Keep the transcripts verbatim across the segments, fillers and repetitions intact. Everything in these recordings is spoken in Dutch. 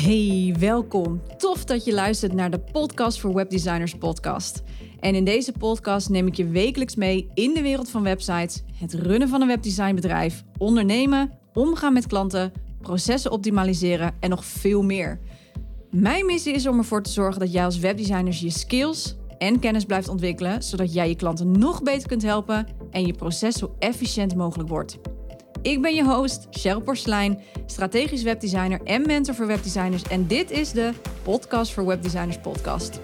Hey, welkom. Tof dat je luistert naar de Podcast voor Webdesigners podcast. En in deze podcast neem ik je wekelijks mee in de wereld van websites, het runnen van een webdesignbedrijf, ondernemen, omgaan met klanten, processen optimaliseren en nog veel meer. Mijn missie is om ervoor te zorgen dat jij als webdesigner je skills en kennis blijft ontwikkelen, zodat jij je klanten nog beter kunt helpen en je proces zo efficiënt mogelijk wordt. Ik ben je host, Cheryl Porcelein, strategisch webdesigner en mentor voor webdesigners. En dit is de Podcast voor Webdesigners podcast.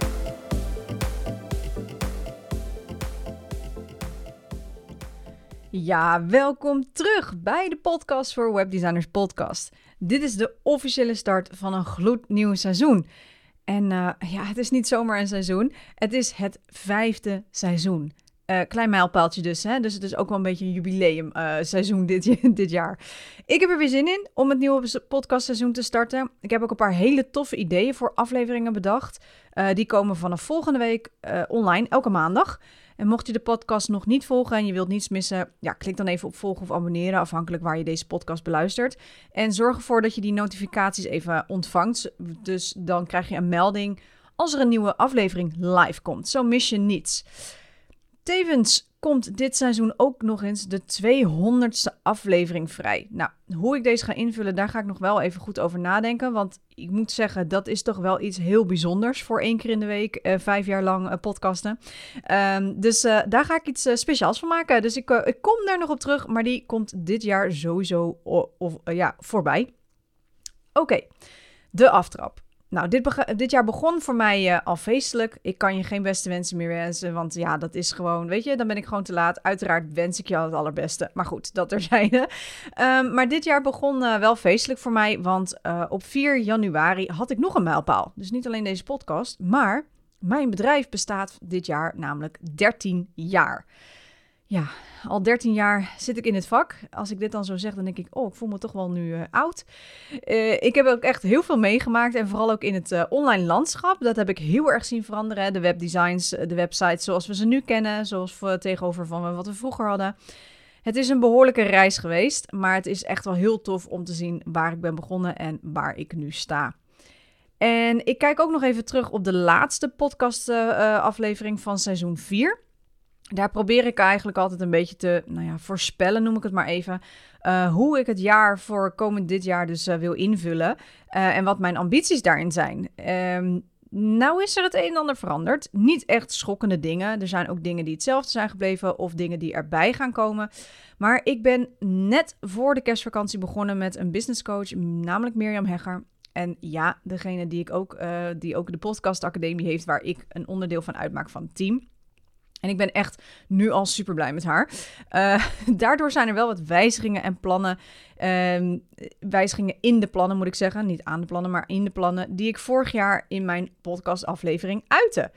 Ja, welkom terug bij de Podcast voor Webdesigners podcast. Dit is de officiële start van een gloednieuw seizoen. En uh, ja, het is niet zomaar een seizoen, het is het vijfde seizoen. Uh, klein mijlpaaltje dus, hè? Dus het is ook wel een beetje een jubileum uh, seizoen dit, dit jaar. Ik heb er weer zin in om het nieuwe podcastseizoen te starten. Ik heb ook een paar hele toffe ideeën voor afleveringen bedacht. Uh, die komen vanaf volgende week uh, online, elke maandag. En mocht je de podcast nog niet volgen en je wilt niets missen, ja, klik dan even op volgen of abonneren, afhankelijk waar je deze podcast beluistert. En zorg ervoor dat je die notificaties even ontvangt. Dus dan krijg je een melding als er een nieuwe aflevering live komt. Zo mis je niets. Tevens komt dit seizoen ook nog eens de tweehonderdste aflevering vrij. Nou, hoe ik deze ga invullen, daar ga ik nog wel even goed over nadenken. Want ik moet zeggen, dat is toch wel iets heel bijzonders voor één keer in de week, uh, vijf jaar lang uh, podcasten. Um, dus uh, daar ga ik iets uh, speciaals van maken. Dus ik, uh, ik kom daar nog op terug, maar die komt dit jaar sowieso o- of, uh, ja, voorbij. Oké, okay. De aftrap. Nou, dit, beg- dit jaar begon voor mij uh, al feestelijk. Ik kan je geen beste wensen meer wensen, want ja, dat is gewoon, weet je, dan ben ik gewoon te laat. Uiteraard wens ik je al het allerbeste, maar goed, dat terzijde. Um, maar dit jaar begon uh, wel feestelijk voor mij, want uh, op vier januari had ik nog een mijlpaal. Dus niet alleen deze podcast, maar mijn bedrijf bestaat dit jaar namelijk dertien jaar. Ja, al dertien jaar zit ik in het vak. Als ik dit dan zo zeg, dan denk ik, oh, ik voel me toch wel nu uh, oud. Uh, ik heb ook echt heel veel meegemaakt en vooral ook in het uh, online landschap. Dat heb ik heel erg zien veranderen. Hè? De webdesigns, de websites zoals we ze nu kennen, zoals we tegenover van wat we vroeger hadden. Het is een behoorlijke reis geweest, maar het is echt wel heel tof om te zien waar ik ben begonnen en waar ik nu sta. En ik kijk ook nog even terug op de laatste podcast uh, aflevering van seizoen vier. Daar probeer ik eigenlijk altijd een beetje te nou ja, voorspellen, noem ik het maar even, uh, hoe ik het jaar voor komend dit jaar dus uh, wil invullen uh, en wat mijn ambities daarin zijn. Um, nou is er het een en ander veranderd. Niet echt schokkende dingen. Er zijn ook dingen die hetzelfde zijn gebleven of dingen die erbij gaan komen. Maar ik ben net voor de kerstvakantie begonnen met een business coach, namelijk Mirjam Hegger. En ja, degene die, ik ook, uh, die ook de Podcast Academie heeft, waar ik een onderdeel van uitmaak van het team. En ik ben echt nu al super blij met haar. Uh, daardoor zijn er wel wat wijzigingen en plannen. Uh, wijzigingen in de plannen moet ik zeggen. Niet aan de plannen, maar in de plannen. Die ik vorig jaar in mijn podcastaflevering uitte.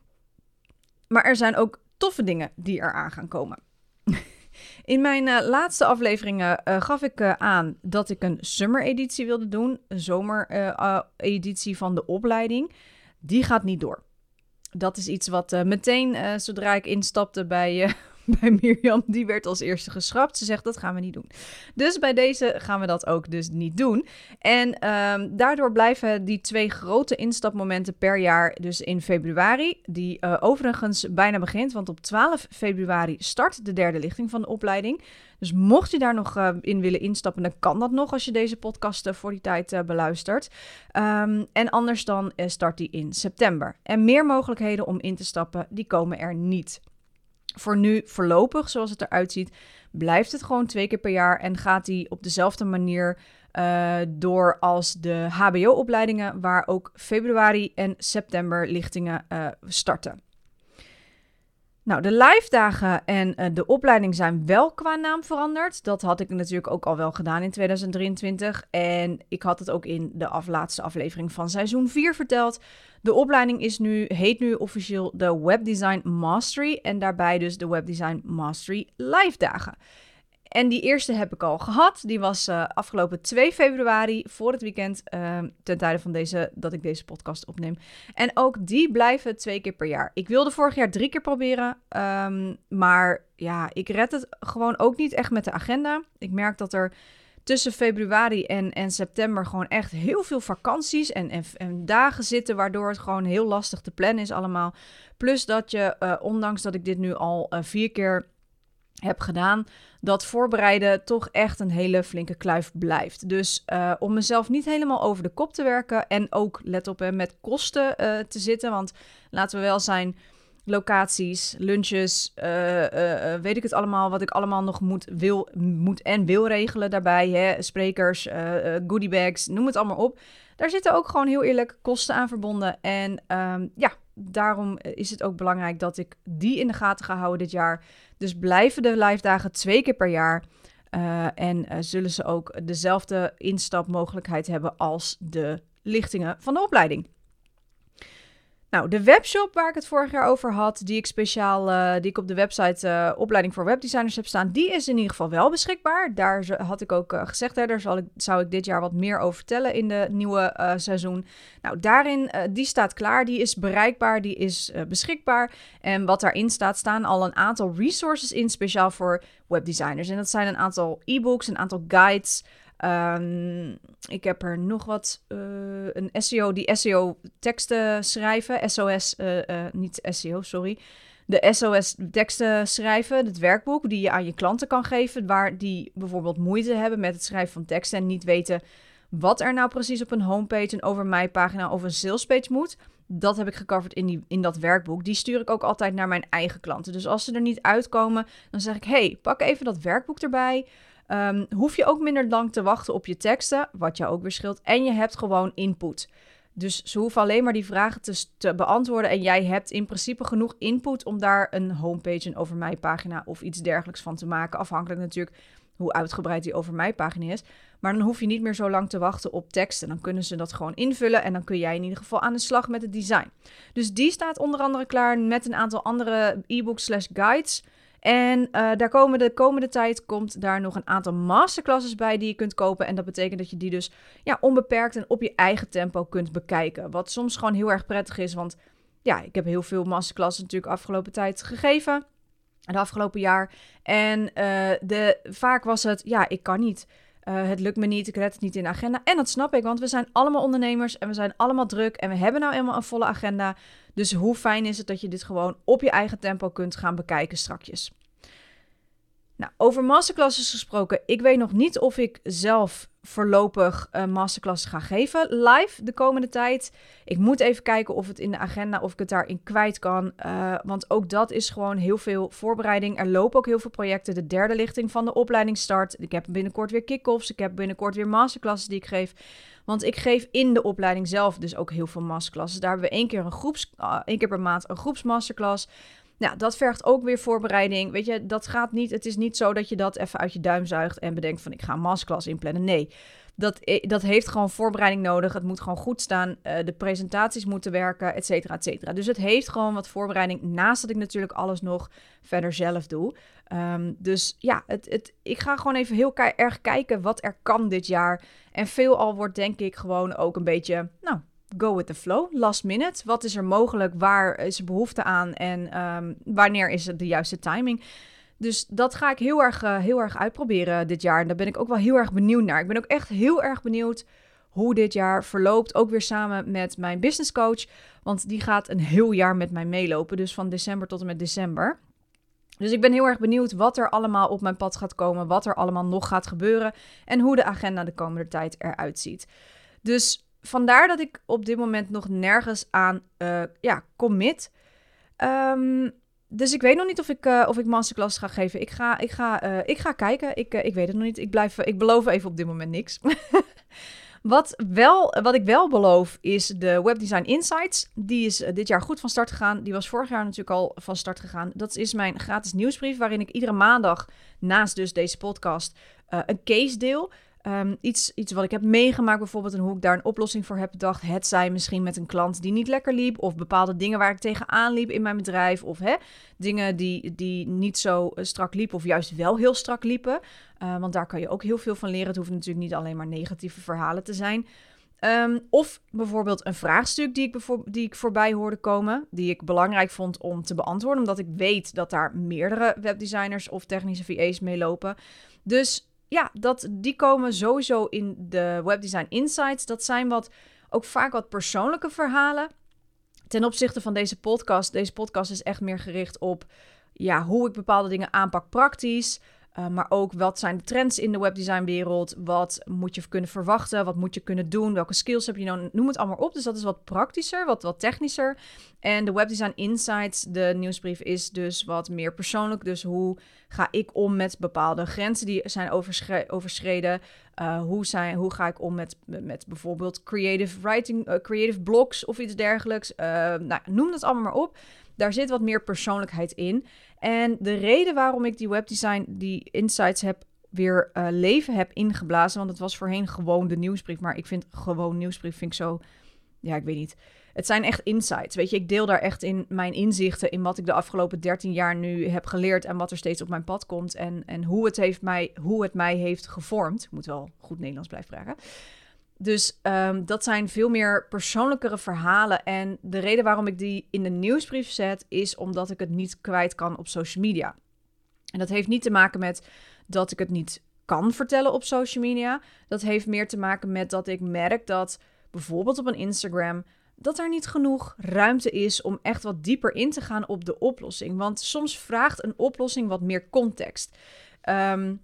Maar er zijn ook toffe dingen die eraan gaan komen. In mijn uh, laatste afleveringen uh, gaf ik uh, aan dat ik een summer editie wilde doen. Een zomer uh, uh, editie van de opleiding. Die gaat niet door. Dat is iets wat uh, meteen, uh, zodra ik instapte bij, uh, bij Mirjam, die werd als eerste geschrapt. Ze zegt, dat gaan we niet doen. Dus bij deze gaan we dat ook dus niet doen. En um, daardoor blijven die twee grote instapmomenten per jaar, dus in februari, die uh, overigens bijna begint, want op twaalf februari start de derde lichting van de opleiding. Dus mocht je daar nog uh, in willen instappen, dan kan dat nog als je deze podcast uh, voor die tijd uh, beluistert. Um, en anders dan uh, start die in september. En meer mogelijkheden om in te stappen, die komen er niet. Voor nu voorlopig, zoals het eruit ziet, blijft het gewoon twee keer per jaar en gaat die op dezelfde manier uh, door als de H B O-opleidingen, waar ook februari en september lichtingen uh, starten. Nou, de live dagen en uh, de opleiding zijn wel qua naam veranderd. Dat had ik natuurlijk ook al wel gedaan in tweeduizend drieëntwintig. En ik had het ook in de af, laatste aflevering van seizoen vier verteld. De opleiding is nu, heet nu officieel de Webdesign Mastery. En daarbij dus de Webdesign Mastery live dagen. En die eerste heb ik al gehad. Die was uh, afgelopen twee februari voor het weekend, uh, ten tijde van deze, dat ik deze podcast opneem. En ook die blijven twee keer per jaar. Ik wilde vorig jaar drie keer proberen, um, maar ja, ik red het gewoon ook niet echt met de agenda. Ik merk dat er tussen februari en, en september gewoon echt heel veel vakanties en, en, en dagen zitten, waardoor het gewoon heel lastig te plannen is allemaal. Plus dat je, uh, ondanks dat ik dit nu al uh, vier keer heb gedaan, dat voorbereiden toch echt een hele flinke kluif blijft. Dus uh, om mezelf niet helemaal over de kop te werken en ook, let op, hè, met kosten uh, te zitten, want laten we wel zijn, locaties, lunches, uh, uh, weet ik het allemaal, wat ik allemaal nog moet, wil, moet en wil regelen daarbij, hè? Sprekers, uh, uh, goodiebags, noem het allemaal op. Daar zitten ook gewoon heel eerlijk kosten aan verbonden. En um, ja, daarom is het ook belangrijk dat ik die in de gaten ga houden dit jaar. Dus blijven de live dagen twee keer per jaar. Uh, en uh, zullen ze ook dezelfde instapmogelijkheid hebben als de lichtingen van de opleiding. Nou, de webshop waar ik het vorig jaar over had, die ik speciaal, uh, die ik op de website uh, opleiding voor webdesigners heb staan, die is in ieder geval wel beschikbaar. Daar had ik ook uh, gezegd, hè, daar zal ik, zou ik dit jaar wat meer over vertellen in de nieuwe uh, seizoen. Nou, daarin, uh, die staat klaar, die is bereikbaar, die is uh, beschikbaar. En wat daarin staat, staan al een aantal resources in, speciaal voor webdesigners. En dat zijn een aantal e-books, een aantal guides. Um, ik heb er nog wat, uh, een S E O, die S E O teksten schrijven, S O S, uh, uh, niet S E O, sorry. De S O S teksten schrijven, het werkboek die je aan je klanten kan geven, waar die bijvoorbeeld moeite hebben met het schrijven van teksten en niet weten wat er nou precies op een homepage, een over mij pagina of een salespage moet. Dat heb ik gecoverd in, die, in dat werkboek. Die stuur ik ook altijd naar mijn eigen klanten. Dus als ze er niet uitkomen, dan zeg ik, hey, pak even dat werkboek erbij. Um, hoef je ook minder lang te wachten op je teksten, wat jou ook weer scheelt. En je hebt gewoon input. Dus ze hoeven alleen maar die vragen te, te beantwoorden. En jij hebt in principe genoeg input om daar een homepage, een over mij pagina of iets dergelijks van te maken. Afhankelijk natuurlijk hoe uitgebreid die over mij pagina is. Maar dan hoef je niet meer zo lang te wachten op teksten. Dan kunnen ze dat gewoon invullen en dan kun jij in ieder geval aan de slag met het design. Dus die staat onder andere klaar met een aantal andere e-books slash guides. En uh, daar komen de komende tijd komt daar nog een aantal masterclasses bij die je kunt kopen. En dat betekent dat je die dus ja, onbeperkt en op je eigen tempo kunt bekijken. Wat soms gewoon heel erg prettig is, want ja, ik heb heel veel masterclasses natuurlijk afgelopen tijd gegeven. Het afgelopen jaar. En uh, de, vaak was het, ja, ik kan niet. Uh, het lukt me niet, ik red het niet in de agenda. En dat snap ik, want we zijn allemaal ondernemers en we zijn allemaal druk. En we hebben nou eenmaal een volle agenda. Dus hoe fijn is het dat je dit gewoon op je eigen tempo kunt gaan bekijken strakjes. Nou, over masterclasses gesproken. Ik weet nog niet of ik zelf voorlopig uh, masterclasses ga geven live de komende tijd. Ik moet even kijken of het in de agenda, of ik het daarin kwijt kan. Uh, want ook dat is gewoon heel veel voorbereiding. Er lopen ook heel veel projecten. De derde lichting van de opleiding start. Ik heb binnenkort weer kick-offs. Ik heb binnenkort weer masterclasses die ik geef. Want ik geef in de opleiding zelf dus ook heel veel masterclasses. Daar hebben we één keer, een groeps, uh, één keer per maand een groepsmasterclass. Nou, dat vergt ook weer voorbereiding. Weet je, dat gaat niet. Het is niet zo dat je dat even uit je duim zuigt en bedenkt van ik ga een masterclass inplannen. Nee, dat, dat heeft gewoon voorbereiding nodig. Het moet gewoon goed staan. Uh, de presentaties moeten werken, et cetera, et cetera. Dus het heeft gewoon wat voorbereiding. Naast dat ik natuurlijk alles nog verder zelf doe. Um, dus ja, het, het, ik ga gewoon even heel ke- erg kijken wat er kan dit jaar. En veelal wordt denk ik gewoon ook een beetje, nou, go with the flow, last minute. Wat is er mogelijk? Waar is er behoefte aan? En um, wanneer is het de juiste timing? Dus dat ga ik heel erg, uh, heel erg uitproberen dit jaar. En daar ben ik ook wel heel erg benieuwd naar. Ik ben ook echt heel erg benieuwd hoe dit jaar verloopt. Ook weer samen met mijn business coach. Want die gaat een heel jaar met mij meelopen. Dus van december tot en met december. Dus ik ben heel erg benieuwd wat er allemaal op mijn pad gaat komen. Wat er allemaal nog gaat gebeuren. En hoe de agenda de komende tijd eruit ziet. Dus vandaar dat ik op dit moment nog nergens aan uh, ja, commit. Um, dus ik weet nog niet of ik, uh, of ik masterclasses ga geven. Ik ga, ik ga, uh, ik ga kijken. Ik, uh, ik weet het nog niet. Ik, blijf, ik beloof even op dit moment niks. Wat, wel, wat ik wel beloof is de Webdesign Insights. Die is uh, dit jaar goed van start gegaan. Die was vorig jaar natuurlijk al van start gegaan. Dat is mijn gratis nieuwsbrief waarin ik iedere maandag naast dus deze podcast uh, een case deel. Um, iets, iets wat ik heb meegemaakt bijvoorbeeld en hoe ik daar een oplossing voor heb bedacht. Het zij misschien met een klant die niet lekker liep of bepaalde dingen waar ik tegenaan liep in mijn bedrijf. Of hè, dingen die, die niet zo strak liepen of juist wel heel strak liepen. Uh, want daar kan je ook heel veel van leren. Het hoeft natuurlijk niet alleen maar negatieve verhalen te zijn. Um, of bijvoorbeeld een vraagstuk die ik, bevo- die ik voorbij hoorde komen. Die ik belangrijk vond om te beantwoorden. Omdat ik weet dat daar meerdere webdesigners of technische V A's mee lopen. Dus ja, dat, die komen sowieso in de Webdesign Insights. Dat zijn wat, ook vaak wat persoonlijke verhalen. Ten opzichte van deze podcast. Deze podcast is echt meer gericht op ja, hoe ik bepaalde dingen aanpak praktisch. Uh, maar ook wat zijn de trends in de webdesignwereld? Wat moet je kunnen verwachten? Wat moet je kunnen doen? Welke skills heb je nou? Noem het allemaal op. Dus dat is wat praktischer, wat, wat technischer. En de Webdesign Insights, de nieuwsbrief, is dus wat meer persoonlijk. Dus hoe ga ik om met bepaalde grenzen die zijn overschre- overschreden? Uh, hoe, zijn, hoe ga ik om met, met bijvoorbeeld creative writing, uh, creative blogs of iets dergelijks? Uh, nou, noem dat allemaal maar op. Daar zit wat meer persoonlijkheid in. En de reden waarom ik die webdesign, die insights heb weer uh, leven heb ingeblazen, want het was voorheen gewoon de nieuwsbrief, maar ik vind gewoon nieuwsbrief vind ik zo, ja, ik weet niet. Het zijn echt insights, weet je. Ik deel daar echt in mijn inzichten in wat ik de afgelopen dertien jaar nu heb geleerd en wat er steeds op mijn pad komt en, en hoe, het heeft mij, hoe het mij heeft gevormd. Ik moet wel goed Nederlands blijven vragen. Dus um, dat zijn veel meer persoonlijkere verhalen. En de reden waarom ik die in de nieuwsbrief zet, is omdat ik het niet kwijt kan op social media. En dat heeft niet te maken met dat ik het niet kan vertellen op social media. Dat heeft meer te maken met dat ik merk dat bijvoorbeeld op een Instagram, dat er niet genoeg ruimte is om echt wat dieper in te gaan op de oplossing. Want soms vraagt een oplossing wat meer context. Um,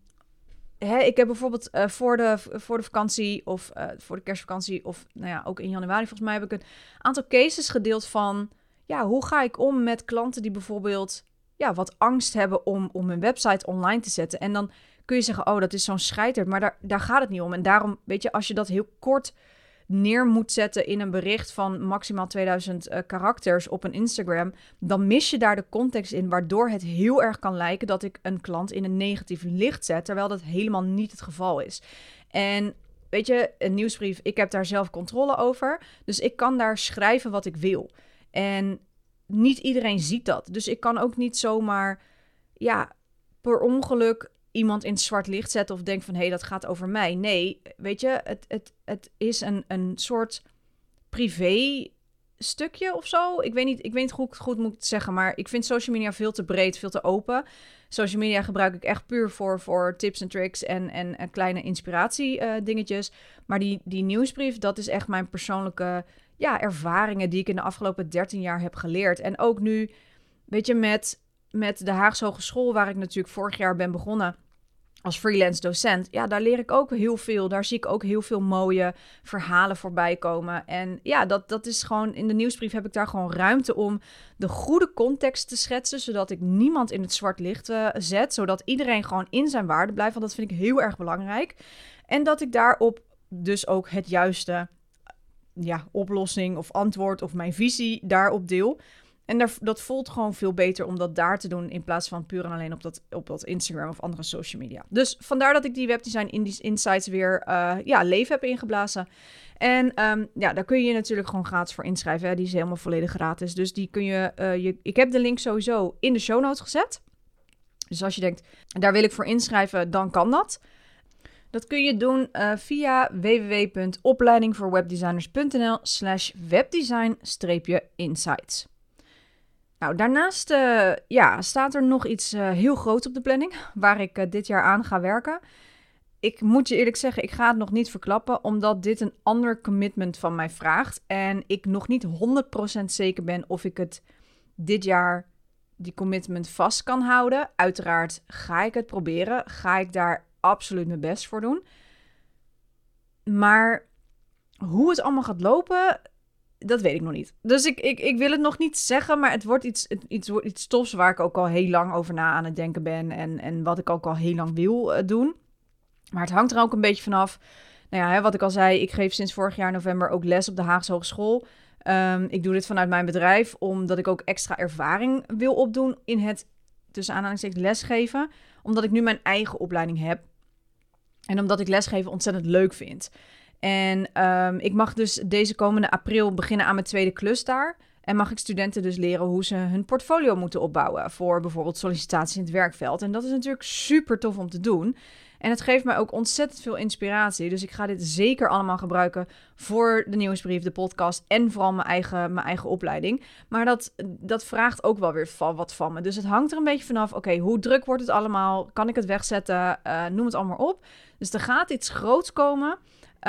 He, ik heb bijvoorbeeld uh, voor, de, voor de vakantie of uh, voor de kerstvakantie of nou ja, ook in januari volgens mij heb ik een aantal cases gedeeld van ja, hoe ga ik om met klanten die bijvoorbeeld ja, wat angst hebben om, om hun website online te zetten. En dan kun je zeggen, oh, dat is zo'n scheiter, maar daar, daar gaat het niet om. En daarom, weet je, als je dat heel kort neer moet zetten in een bericht van maximaal tweeduizend uh, karakters op een Instagram, dan mis je daar de context in, waardoor het heel erg kan lijken dat ik een klant in een negatief licht zet, terwijl dat helemaal niet het geval is. En weet je, een nieuwsbrief, ik heb daar zelf controle over, dus ik kan daar schrijven wat ik wil. En niet iedereen ziet dat, dus ik kan ook niet zomaar, ja, per ongeluk iemand in het zwart licht zetten of denkt van, hé, hey, dat gaat over mij. Nee, weet je, het, het, het is een, een soort privé stukje of zo. Ik weet niet, ik weet niet hoe ik het goed moet zeggen, maar ik vind social media veel te breed, veel te open. Social media gebruik ik echt puur voor, voor tips en tricks en, en, en kleine inspiratie uh, dingetjes. Maar die, die nieuwsbrief, dat is echt mijn persoonlijke ja, ervaringen die ik in de afgelopen dertien jaar heb geleerd. En ook nu, weet je, met, met de Haagse Hogeschool, waar ik natuurlijk vorig jaar ben begonnen als freelance docent, ja, daar leer ik ook heel veel. Daar zie ik ook heel veel mooie verhalen voorbij komen. En ja, dat, dat is gewoon, in de nieuwsbrief heb ik daar gewoon ruimte om de goede context te schetsen, zodat ik niemand in het zwart licht uh, zet, zodat iedereen gewoon in zijn waarde blijft, want dat vind ik heel erg belangrijk. En dat ik daarop dus ook het juiste ja, oplossing of antwoord of mijn visie daarop deel. En daar, dat voelt gewoon veel beter om dat daar te doen in plaats van puur en alleen op dat, op dat Instagram of andere social media. Dus vandaar dat ik die Webdesign Insights weer uh, ja, leven heb ingeblazen. En um, ja, daar kun je je natuurlijk gewoon gratis voor inschrijven. Hè? Die is helemaal volledig gratis. Dus die kun je, uh, je... Ik heb de link sowieso in de show notes gezet. Dus als je denkt, daar wil ik voor inschrijven, dan kan dat. Dat kun je doen uh, via www.opleidingvoorwebdesigners.nl slash webdesign-insights. Nou, daarnaast uh, ja, staat er nog iets uh, heel groots op de planning, waar ik uh, dit jaar aan ga werken. Ik moet je eerlijk zeggen, ik ga het nog niet verklappen, omdat dit een ander commitment van mij vraagt. En ik nog niet honderd procent zeker ben of ik het dit jaar, die commitment, vast kan houden. Uiteraard ga ik het proberen, ga ik daar absoluut mijn best voor doen. Maar hoe het allemaal gaat lopen, dat weet ik nog niet. Dus ik, ik, ik wil het nog niet zeggen, maar het wordt iets, iets, iets tofs waar ik ook al heel lang over na aan het denken ben. En, en wat ik ook al heel lang wil uh, doen. Maar het hangt er ook een beetje vanaf. Nou ja, hè, wat ik al zei, ik geef sinds vorig jaar november ook les op de Haagse Hogeschool. Um, ik doe dit vanuit mijn bedrijf, omdat ik ook extra ervaring wil opdoen in het, tussen aanhalingstekens, lesgeven. Omdat ik nu mijn eigen opleiding heb. En omdat ik lesgeven ontzettend leuk vind. En um, ik mag dus deze komende april beginnen aan mijn tweede klus daar. En mag ik studenten dus leren hoe ze hun portfolio moeten opbouwen voor bijvoorbeeld sollicitatie in het werkveld. En dat is natuurlijk super tof om te doen. En het geeft mij ook ontzettend veel inspiratie. Dus ik ga dit zeker allemaal gebruiken voor de nieuwsbrief, de podcast en vooral mijn eigen, mijn eigen opleiding. Maar dat, dat vraagt ook wel weer van, wat van me. Dus het hangt er een beetje vanaf, oké, okay, hoe druk wordt het allemaal? Kan ik het wegzetten? Uh, noem het allemaal op. Dus er gaat iets groots komen.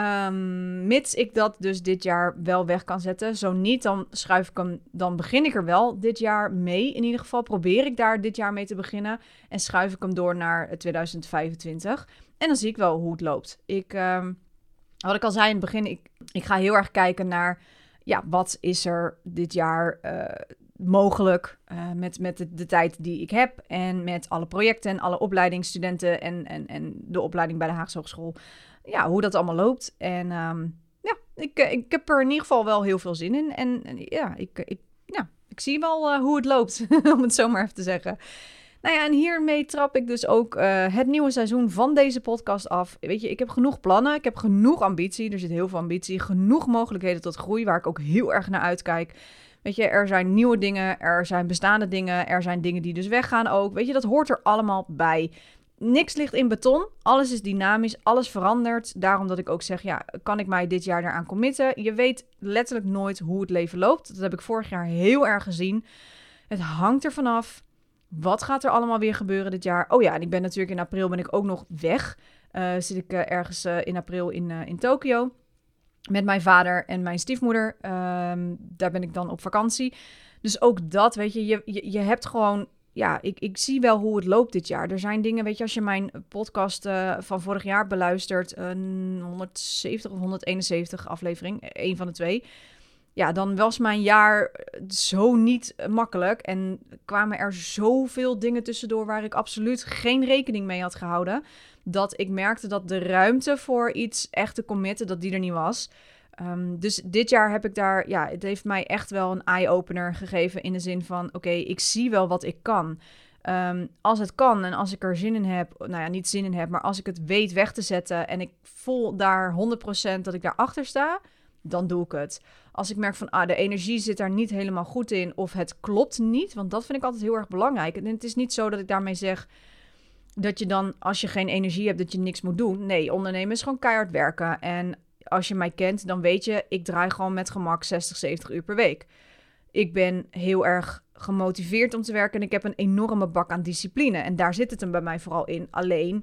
Um, mits ik dat dus dit jaar wel weg kan zetten. Zo niet, dan schuif ik hem, dan begin ik er wel dit jaar mee. In ieder geval probeer ik daar dit jaar mee te beginnen. En schuif ik hem door naar twintig vijfentwintig. En dan zie ik wel hoe het loopt. Ik, um, wat ik al zei in het begin, ik, ik ga heel erg kijken naar, ja, wat is er dit jaar uh, mogelijk uh, met, met de, de tijd die ik heb. En met alle projecten en alle opleidingsstudenten en, en, en de opleiding bij de Haagse Hogeschool. Ja, hoe dat allemaal loopt. En um, ja, ik, ik heb er in ieder geval wel heel veel zin in. En, en ja, ik, ik, ja, ik zie wel uh, hoe het loopt, om het zo maar even te zeggen. Nou ja, en hiermee trap ik dus ook uh, het nieuwe seizoen van deze podcast af. Weet je, ik heb genoeg plannen, ik heb genoeg ambitie. Er zit heel veel ambitie, genoeg mogelijkheden tot groei, waar ik ook heel erg naar uitkijk. Weet je, er zijn nieuwe dingen, er zijn bestaande dingen, er zijn dingen die dus weggaan ook. Weet je, dat hoort er allemaal bij. Niks ligt in beton, alles is dynamisch, alles verandert. Daarom dat ik ook zeg, ja, kan ik mij dit jaar daaraan committen? Je weet letterlijk nooit hoe het leven loopt. Dat heb ik vorig jaar heel erg gezien. Het hangt er vanaf. Wat gaat er allemaal weer gebeuren dit jaar? Oh ja, en ik ben natuurlijk in april ben ik ook nog weg. Uh, zit ik uh, ergens uh, in april in, uh, in Tokio met mijn vader en mijn stiefmoeder. Um, daar ben ik dan op vakantie. Dus ook dat, weet je, je, je, je hebt gewoon... Ja, ik, ik zie wel hoe het loopt dit jaar. Er zijn dingen, weet je, als je mijn podcast uh, van vorig jaar beluistert, uh, honderdzeventig of honderdeenenzeventig aflevering, een van de twee. Ja, dan was mijn jaar zo niet makkelijk en kwamen er zoveel dingen tussendoor waar ik absoluut geen rekening mee had gehouden. Dat ik merkte dat de ruimte voor iets echt te committen, dat die er niet was. Um, dus dit jaar heb ik daar, ja, het heeft mij echt wel een eye-opener gegeven in de zin van, oké, okay, ik zie wel wat ik kan. Um, als het kan en als ik er zin in heb, nou ja, niet zin in heb, maar als ik het weet weg te zetten en ik voel daar honderd procent dat ik daarachter sta, dan doe ik het. Als ik merk van, ah, de energie zit daar niet helemaal goed in of het klopt niet, want dat vind ik altijd heel erg belangrijk. En het is niet zo dat ik daarmee zeg dat je dan, als je geen energie hebt, dat je niks moet doen. Nee, ondernemen is gewoon keihard werken. En als je mij kent, dan weet je, ik draai gewoon met gemak zestig, zeventig uur per week. Ik ben heel erg gemotiveerd om te werken en ik heb een enorme bak aan discipline. En daar zit het hem bij mij vooral in. Alleen,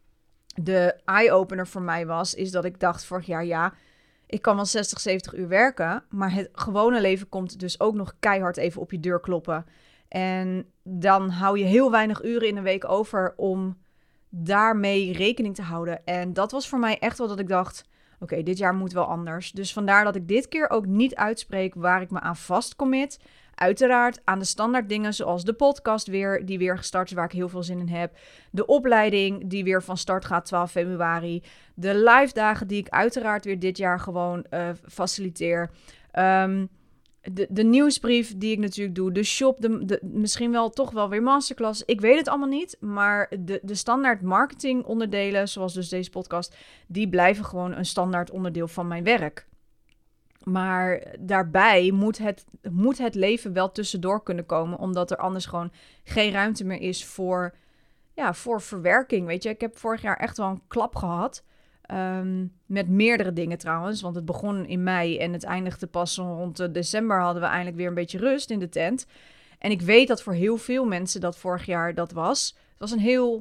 de eye-opener voor mij was, is dat ik dacht vorig jaar, ja, ik kan wel zestig, zeventig uur werken, maar het gewone leven komt dus ook nog keihard even op je deur kloppen. En dan hou je heel weinig uren in een week over om daarmee rekening te houden. En dat was voor mij echt wel dat ik dacht, oké, okay, dit jaar moet wel anders. Dus vandaar dat ik dit keer ook niet uitspreek waar ik me aan vastcommit. Uiteraard aan de standaard dingen zoals de podcast weer, die weer gestart is, waar ik heel veel zin in heb. De opleiding die weer van start gaat twaalf februari. De live dagen die ik uiteraard weer dit jaar gewoon uh, faciliteer. Um, de, de nieuwsbrief die ik natuurlijk doe. De shop, de, de, misschien wel toch wel weer masterclass. Ik weet het allemaal niet, maar de, de standaard marketing onderdelen, zoals dus deze podcast, die blijven gewoon een standaard onderdeel van mijn werk. Maar daarbij moet het, moet het leven wel tussendoor kunnen komen, omdat er anders gewoon geen ruimte meer is voor, ja, voor verwerking. Weet je, ik heb vorig jaar echt wel een klap gehad. Um, met meerdere dingen trouwens, want het begon in mei en het eindigde pas rond december hadden we eindelijk weer een beetje rust in de tent. En ik weet dat voor heel veel mensen dat vorig jaar dat was. Het was een heel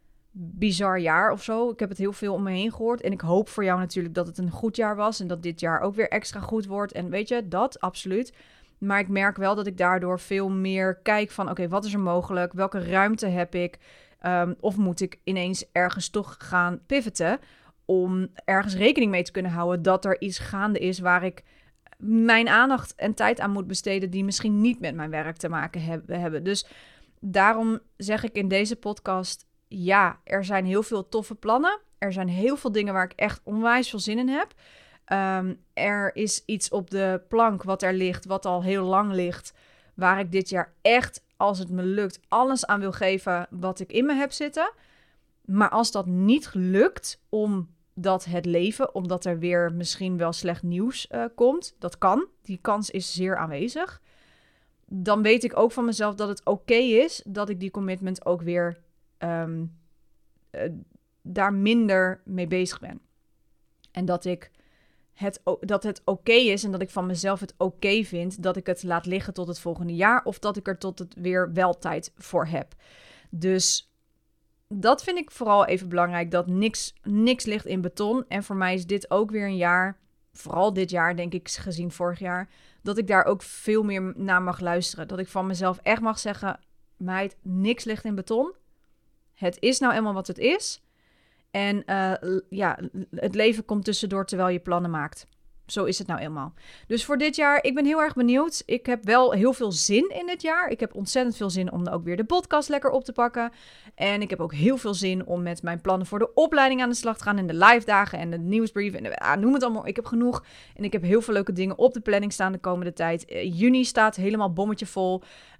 bizar jaar of zo. Ik heb het heel veel om me heen gehoord. En ik hoop voor jou natuurlijk dat het een goed jaar was en dat dit jaar ook weer extra goed wordt. En weet je, dat absoluut. Maar ik merk wel dat ik daardoor veel meer kijk van, oké, okay, wat is er mogelijk? Welke ruimte heb ik? Um, of moet ik ineens ergens toch gaan pivoten om ergens rekening mee te kunnen houden dat er iets gaande is waar ik mijn aandacht en tijd aan moet besteden die misschien niet met mijn werk te maken hebben. Dus daarom zeg ik in deze podcast, ja, er zijn heel veel toffe plannen. Er zijn heel veel dingen waar ik echt onwijs veel zin in heb. Um, er is iets op de plank wat er ligt, wat al heel lang ligt, waar ik dit jaar echt, als het me lukt, alles aan wil geven wat ik in me heb zitten. Maar als dat niet lukt, omdat het leven, omdat er weer misschien wel slecht nieuws uh, komt, dat kan, die kans is zeer aanwezig, dan weet ik ook van mezelf dat het oké is dat ik die commitment ook weer um, uh, daar minder mee bezig ben. En dat ik het, dat het oké is en dat ik van mezelf het oké vind dat ik het laat liggen tot het volgende jaar of dat ik er tot het weer wel tijd voor heb. Dus dat vind ik vooral even belangrijk, dat niks, niks ligt in beton. En voor mij is dit ook weer een jaar, vooral dit jaar denk ik gezien vorig jaar, dat ik daar ook veel meer naar mag luisteren. Dat ik van mezelf echt mag zeggen, meid, niks ligt in beton. Het is nou eenmaal wat het is. En uh, ja, het leven komt tussendoor terwijl je plannen maakt. Zo is het nou eenmaal. Dus voor dit jaar, ik ben heel erg benieuwd. Ik heb wel heel veel zin in dit jaar. Ik heb ontzettend veel zin om ook weer de podcast lekker op te pakken. En ik heb ook heel veel zin om met mijn plannen voor de opleiding aan de slag te gaan. En de live dagen en de nieuwsbrief. En de, ah, noem het allemaal. Ik heb genoeg. En ik heb heel veel leuke dingen op de planning staan de komende tijd. Uh, juni staat helemaal bommetje vol.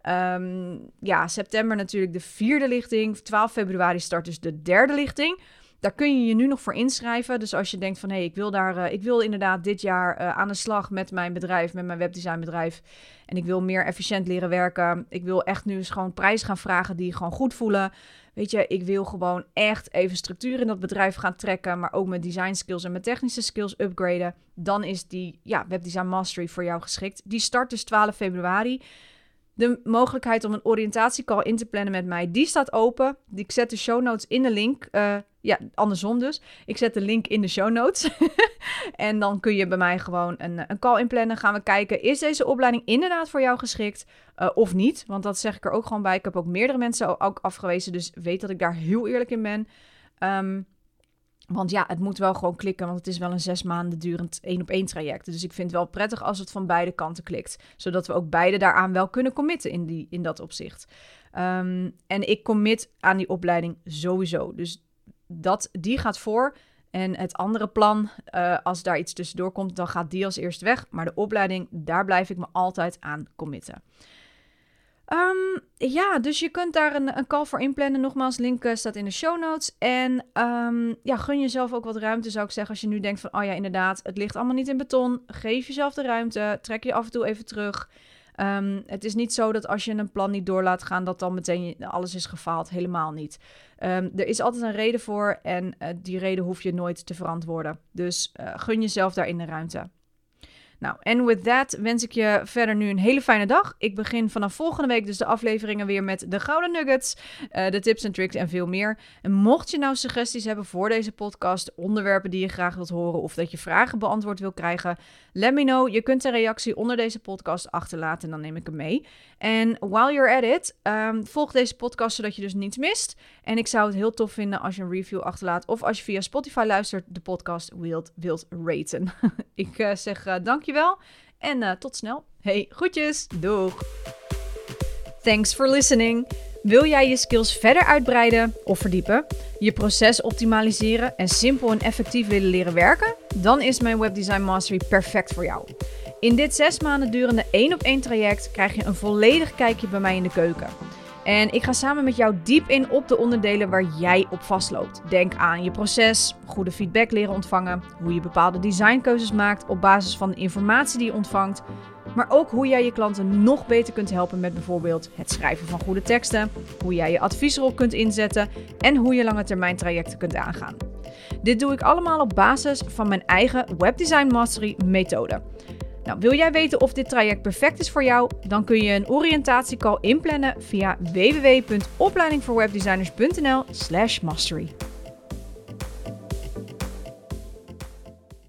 Um, ja, september natuurlijk de vierde lichting. twaalf februari start dus de derde lichting. Daar kun je je nu nog voor inschrijven. Dus als je denkt van, hé, hey, ik wil daar, uh, ik wil inderdaad dit jaar uh, aan de slag met mijn bedrijf, met mijn webdesignbedrijf. En ik wil meer efficiënt leren werken. Ik wil echt nu eens gewoon prijzen gaan vragen die gewoon goed voelen. Weet je, ik wil gewoon echt even structuur in dat bedrijf gaan trekken, maar ook mijn design skills en mijn technische skills upgraden. Dan is die ja, Webdesign Mastery voor jou geschikt. Die start dus twaalf februari. De mogelijkheid om een oriëntatiecall in te plannen met mij, die staat open. Ik zet de show notes in de link. Uh, ja, andersom dus. Ik zet de link in de show notes. En dan kun je bij mij gewoon een, een call inplannen. Gaan we kijken, is deze opleiding inderdaad voor jou geschikt uh, of niet? Want dat zeg ik er ook gewoon bij. Ik heb ook meerdere mensen ook afgewezen, dus weet dat ik daar heel eerlijk in ben. Um, Want ja, het moet wel gewoon klikken, want het is wel een zes maanden durend één op één traject. Dus ik vind het wel prettig als het van beide kanten klikt. Zodat we ook beide daaraan wel kunnen committen in, die, in dat opzicht. Um, en ik commit aan die opleiding sowieso. Dus dat, die gaat voor. En het andere plan, uh, als daar iets tussendoor komt, dan gaat die als eerste weg. Maar de opleiding, daar blijf ik me altijd aan committen. Um, ja, dus je kunt daar een, een call voor inplannen. Nogmaals, link uh, staat in de show notes. En um, ja, gun jezelf ook wat ruimte, zou ik zeggen. Als je nu denkt van, oh ja, inderdaad, het ligt allemaal niet in beton. Geef jezelf de ruimte. Trek je af en toe even terug. Um, het is niet zo dat als je een plan niet door laat gaan, dat dan meteen alles is gefaald. Helemaal niet. Um, er is altijd een reden voor en uh, die reden hoef je nooit te verantwoorden. Dus uh, gun jezelf daarin de ruimte. Nou, en with that wens ik je verder nu een hele fijne dag. Ik begin vanaf volgende week dus de afleveringen weer met de gouden nuggets, uh, de tips en tricks en veel meer. En mocht je nou suggesties hebben voor deze podcast, onderwerpen die je graag wilt horen of dat je vragen beantwoord wil krijgen, let me know. Je kunt een reactie onder deze podcast achterlaten en dan neem ik hem mee. En while you're at it, um, volg deze podcast zodat je dus niets mist. En ik zou het heel tof vinden als je een review achterlaat of als je via Spotify luistert de podcast wilt, wilt raten. ik uh, zeg uh, dankjewel en uh, tot snel. Hey, groetjes. Doeg. Thanks for listening. Wil jij je skills verder uitbreiden of verdiepen, je proces optimaliseren en simpel en effectief willen leren werken? Dan is mijn Webdesign Mastery perfect voor jou. In dit zes maanden durende één op één traject krijg je een volledig kijkje bij mij in de keuken. En ik ga samen met jou diep in op de onderdelen waar jij op vastloopt. Denk aan je proces, goede feedback leren ontvangen, hoe je bepaalde designkeuzes maakt op basis van de informatie die je ontvangt, maar ook hoe jij je klanten nog beter kunt helpen met bijvoorbeeld het schrijven van goede teksten, hoe jij je adviesrol kunt inzetten en hoe je lange termijn trajecten kunt aangaan. Dit doe ik allemaal op basis van mijn eigen Webdesign Mastery methode. Nou, wil jij weten of dit traject perfect is voor jou? Dan kun je een oriëntatiecall inplannen via w w w punt opleiding voor webdesigners punt n l slash mastery.